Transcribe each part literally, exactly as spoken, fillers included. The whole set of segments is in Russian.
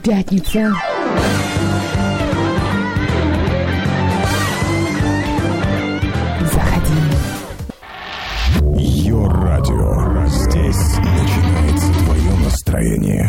пятница. Заходи. Йо-радио. Здесь начинается твое настроение.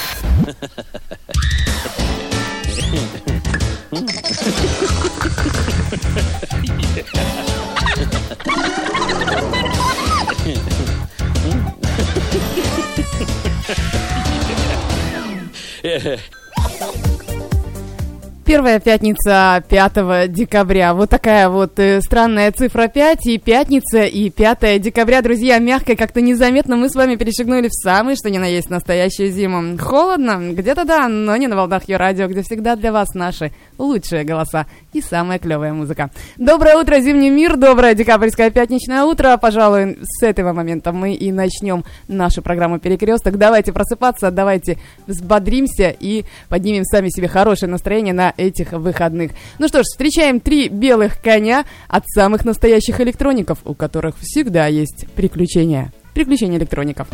Первая пятница пятого декабря. Вот такая вот э, странная цифра пять, и пятница, и пятое декабря. Друзья, мягко, как-то незаметно мы с вами перешагнули в самый, что ни на есть, настоящую зиму. Холодно? Где-то да, но не на волнах Йо-радио, где всегда для вас наши лучшие голоса и самая клевая музыка. Доброе утро, зимний мир, доброе декабрьское пятничное утро. Пожалуй, с этого момента мы и начнем нашу программу «Перекресток». Давайте просыпаться, давайте взбодримся и поднимем сами себе хорошее настроение на этих выходных. Ну что ж, встречаем три белых коня от самых настоящих электроников, у которых всегда есть приключения. Приключения электроников.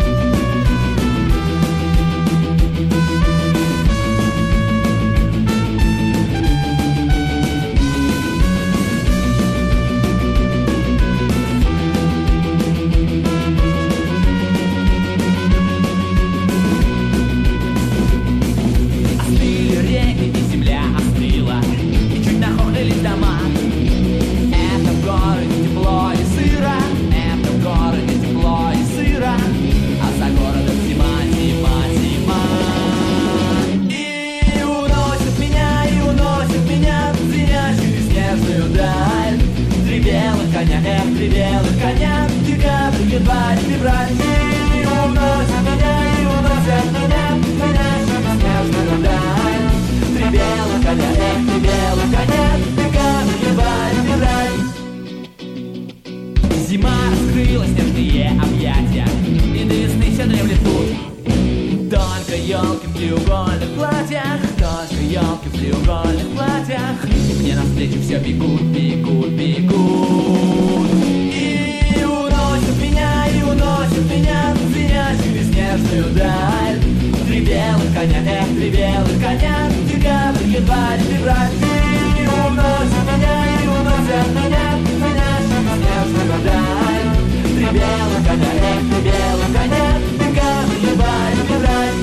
Зима раскрыла снежные объятия, и до весны все дремлет тут. Только елки в треугольных платьях, только елки в треугольных платьях, и мне навстречу все бегут, бегут, бегут. И уносят меня, и уносят меня в звенящую снежную даль. Три белых коня, эх, три белых коня, декабрь, январь, февраль. И уносят меня, и уносят меня в звенящую снежную даль. Три белых коня, эх, три белых коня, декабрь, январь, февраль.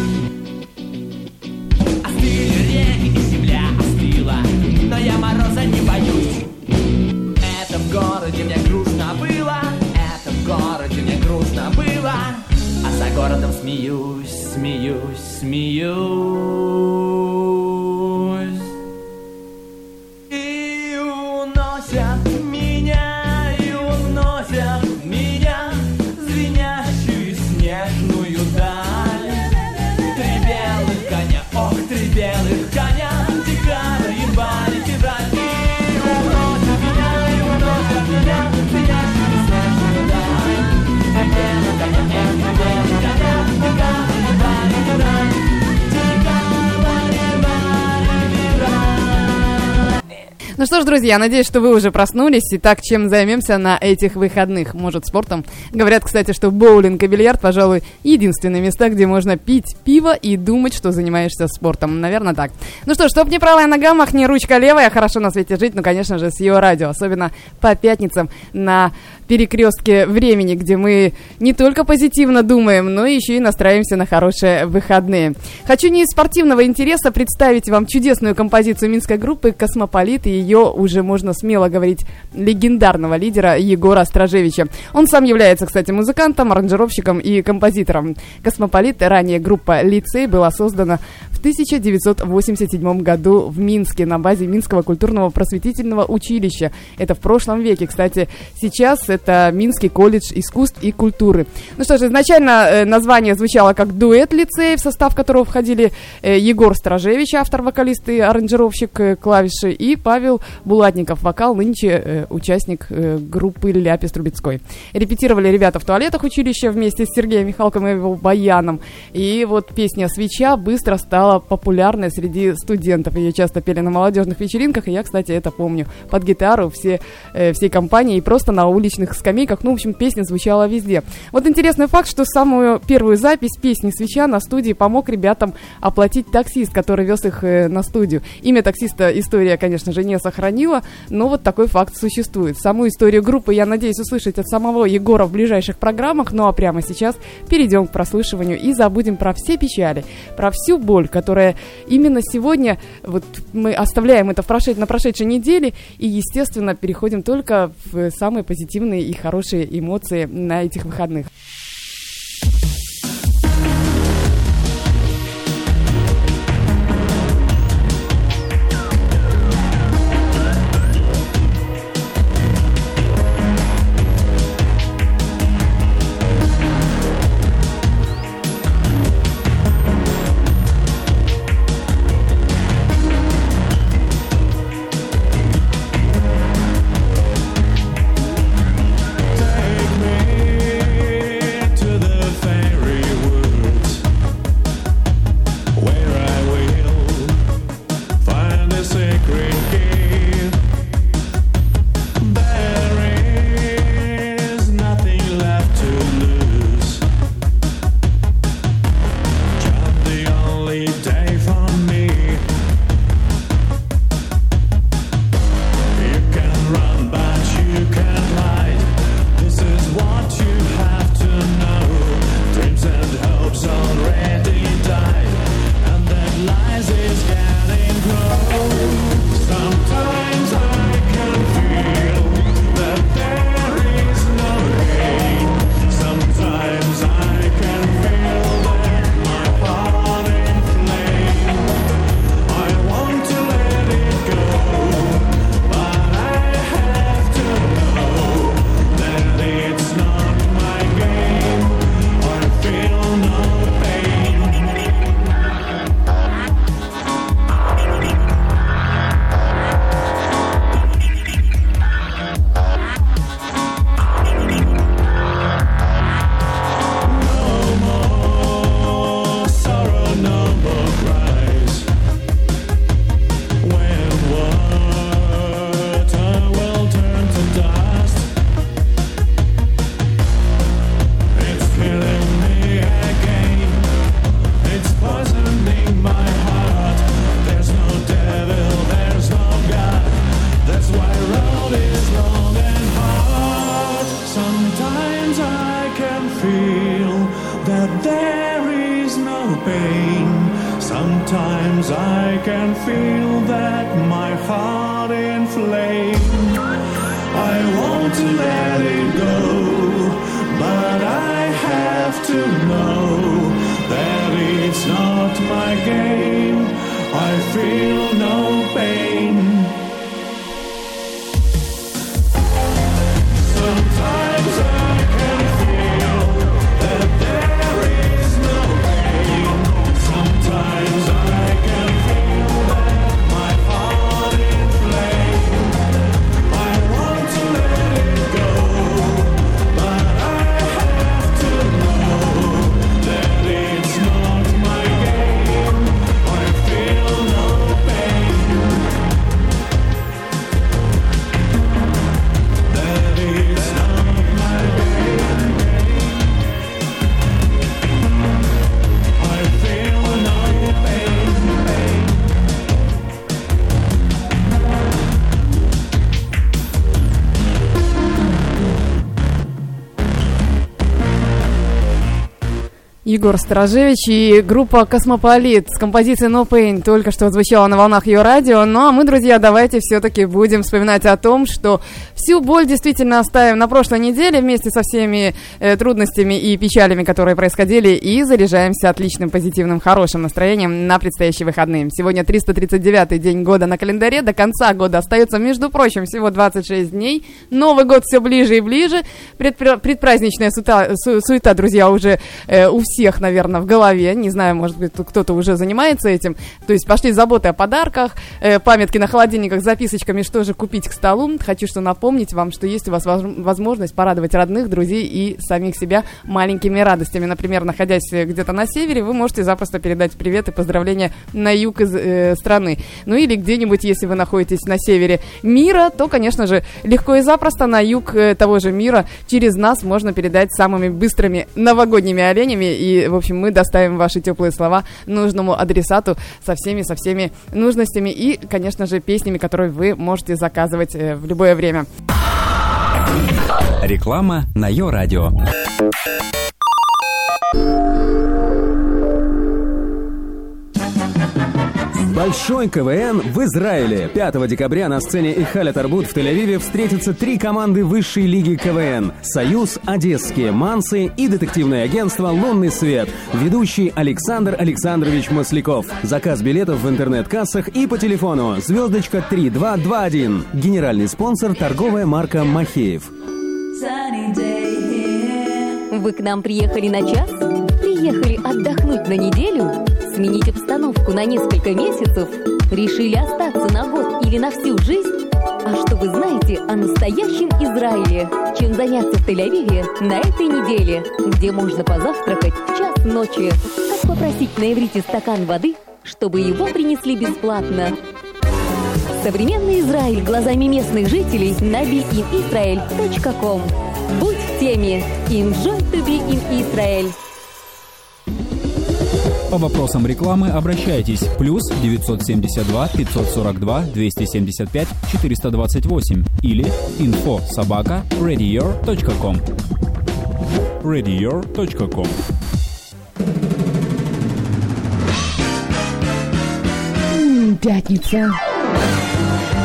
Остыли реки и земля остыла, но я мороза не боюсь. Это в городе мне грустно было, это в городе мне грустно было, а за городом смеюсь, смеюсь, смеюсь. И уносят меня, и уносят меня в звенящую снежную даль. Три белых коня, ох, три белых коня, декабрь, январь, февраль. И уносят меня, и уносят меня в звенящую снежную даль. Три белых коня, эх, три белых коня, декабрь, январь, февраль. Декабрь, январь, февраль. Ну что ж, друзья, надеюсь, что вы уже проснулись. Итак, чем займемся на этих выходных? Может, спортом? Говорят, кстати, что боулинг и бильярд, пожалуй, единственные места, где можно пить пиво и думать, что занимаешься спортом. Наверное, так. Ну что ж, чтоб не правая нога, махни ручка левая. Хорошо на свете жить, ну, конечно же, с Йо-радио. Особенно по пятницам на перекрестке времени, где мы не только позитивно думаем, но еще и настраиваемся на хорошие выходные. Хочу не из спортивного интереса представить вам чудесную композицию минской группы «Космополит» и ее, уже можно смело говорить, легендарного лидера Егора Стражевича. Он сам является, кстати, музыкантом, аранжировщиком и композитором. «Космополит», ранее группа «Лицей», была создана в тысяча девятьсот восемьдесят седьмом году в Минске на базе Минского культурного просветительного училища. Это в прошлом веке, кстати. Сейчас это Минский колледж искусств и культуры. Ну что ж, изначально э, название звучало как дуэт «Лицей», в состав которого входили э, Егор Стражевич, автор, вокалист и аранжировщик э, клавиши, и Павел Булатников, вокал, нынче э, участник э, группы Ляпис Трубецкой. Репетировали ребята в туалетах училища вместе с Сергеем Михалковым и его баяном. И вот песня «Свеча» быстро стала популярной среди студентов. Ее часто пели на молодежных вечеринках, и я, кстати, это помню. Под гитару все, э, всей компании и просто на уличных любых скамейках. Ну, в общем, песня звучала везде. Вот интересный факт, что самую первую запись песни «Свеча» на студии помог ребятам оплатить таксист, который вез их на студию. Имя таксиста история, конечно же, не сохранила, но вот такой факт существует. Саму историю группы я надеюсь услышать от самого Егора в ближайших программах. Ну а прямо сейчас перейдем к прослушиванию и забудем про все печали, про всю боль, которая именно сегодня, вот мы оставляем это в прошед... на прошедшей неделе и, естественно, переходим только в самые позитивные и хорошие эмоции на этих выходных. Sometimes I can feel that my heart in flame. I want to let it go, but I have to know that it's not my game. I feel no pain. Sometimes I can feel that there is no pain. Sometimes I can feel that my heart in flame. I want to let it go, but I have to know that it's not my game. I feel no pain. That it's not my game. I feel no pain, pain. Егор Сторожевич и группа «Космополит» с композицией «No Pain» только что звучала на волнах ее радио. Ну а мы, друзья, давайте все-таки будем вспоминать о том, что всю боль действительно оставим на прошлой неделе вместе со всеми э, трудностями и печалями, которые происходили, и заряжаемся отличным, позитивным, хорошим настроением на предстоящие выходные. Сегодня триста тридцать девятый день года на календаре. До конца года остается, между прочим, всего двадцать шесть дней. Новый год все ближе и ближе. Предпра- предпраздничная суета, су- суета, друзья, уже э, у всех. всех, наверное, в голове. Не знаю, может быть, кто-то уже занимается этим. То есть пошли заботы о подарках, э, памятки на холодильниках с записочками, что же купить к столу. Хочу что напомнить вам, что есть у вас возможность порадовать родных, друзей и самих себя маленькими радостями. Например, находясь где-то на севере, вы можете запросто передать привет и поздравления на юг из э, страны. Ну или где-нибудь, если вы находитесь на севере мира, то, конечно же, легко и запросто на юг э, того же мира через нас можно передать самыми быстрыми новогодними оленями. И, в общем, мы доставим ваши теплые слова нужному адресату со всеми, со всеми нужностями и, конечно же, песнями, которые вы можете заказывать э, в любое время. Реклама на Йо-радио. Большой КВН в Израиле. пятого декабря на сцене Ихаля Тарбут в Тель-Авиве встретятся три команды высшей лиги КВН: «Союз», «Одесские мансы» и детективное агентство «Лунный свет». Ведущий Александр Александрович Масляков. Заказ билетов в интернет-кассах и по телефону звездочка три два два один. Генеральный спонсор — торговая марка «Махеев». Вы к нам приехали на час? Приехали отдохнуть на неделю? Сменить обстановку на несколько месяцев? Решили остаться на год или на всю жизнь? А что вы знаете о настоящем Израиле? Чем заняться в Тель-Авиве на этой неделе? Где можно позавтракать в час ночи? Как попросить на иврите стакан воды, чтобы его принесли бесплатно? Современный Израиль глазами местных жителей на би ин исраэль точка ком. Будь в теме. Enjoy to be in Israel. По вопросам рекламы обращайтесь. Плюс девятьсот семьдесят два пятьсот сорок два двести семьдесят пять четыреста двадцать восемь или инфо собака радиор точка ком. радиор точка ком. Пятница.